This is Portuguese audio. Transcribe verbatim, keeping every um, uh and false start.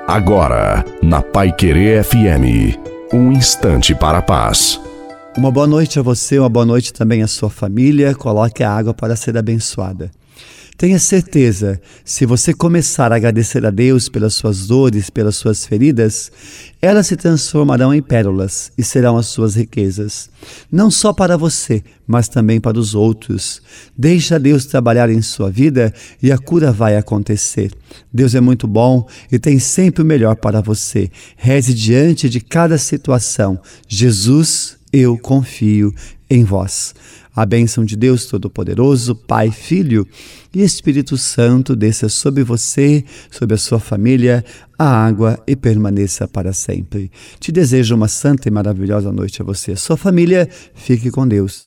Agora, na Paiquerê F M, um instante para a paz. Uma boa noite a você, uma boa noite também à sua família. Coloque a água para ser abençoada. Tenha certeza, se você começar a agradecer a Deus pelas suas dores, pelas suas feridas, elas se transformarão em pérolas e serão as suas riquezas. Não só para você, mas também para os outros. Deixa Deus trabalhar em sua vida e a cura vai acontecer. Deus é muito bom e tem sempre o melhor para você. Reze diante de cada situação. Jesus, eu confio em vós. A bênção de Deus Todo-Poderoso, Pai, Filho e Espírito Santo desça sobre você, sobre a sua família, a água e permaneça para sempre. Te desejo uma santa e maravilhosa noite a você e a sua família. Fique com Deus.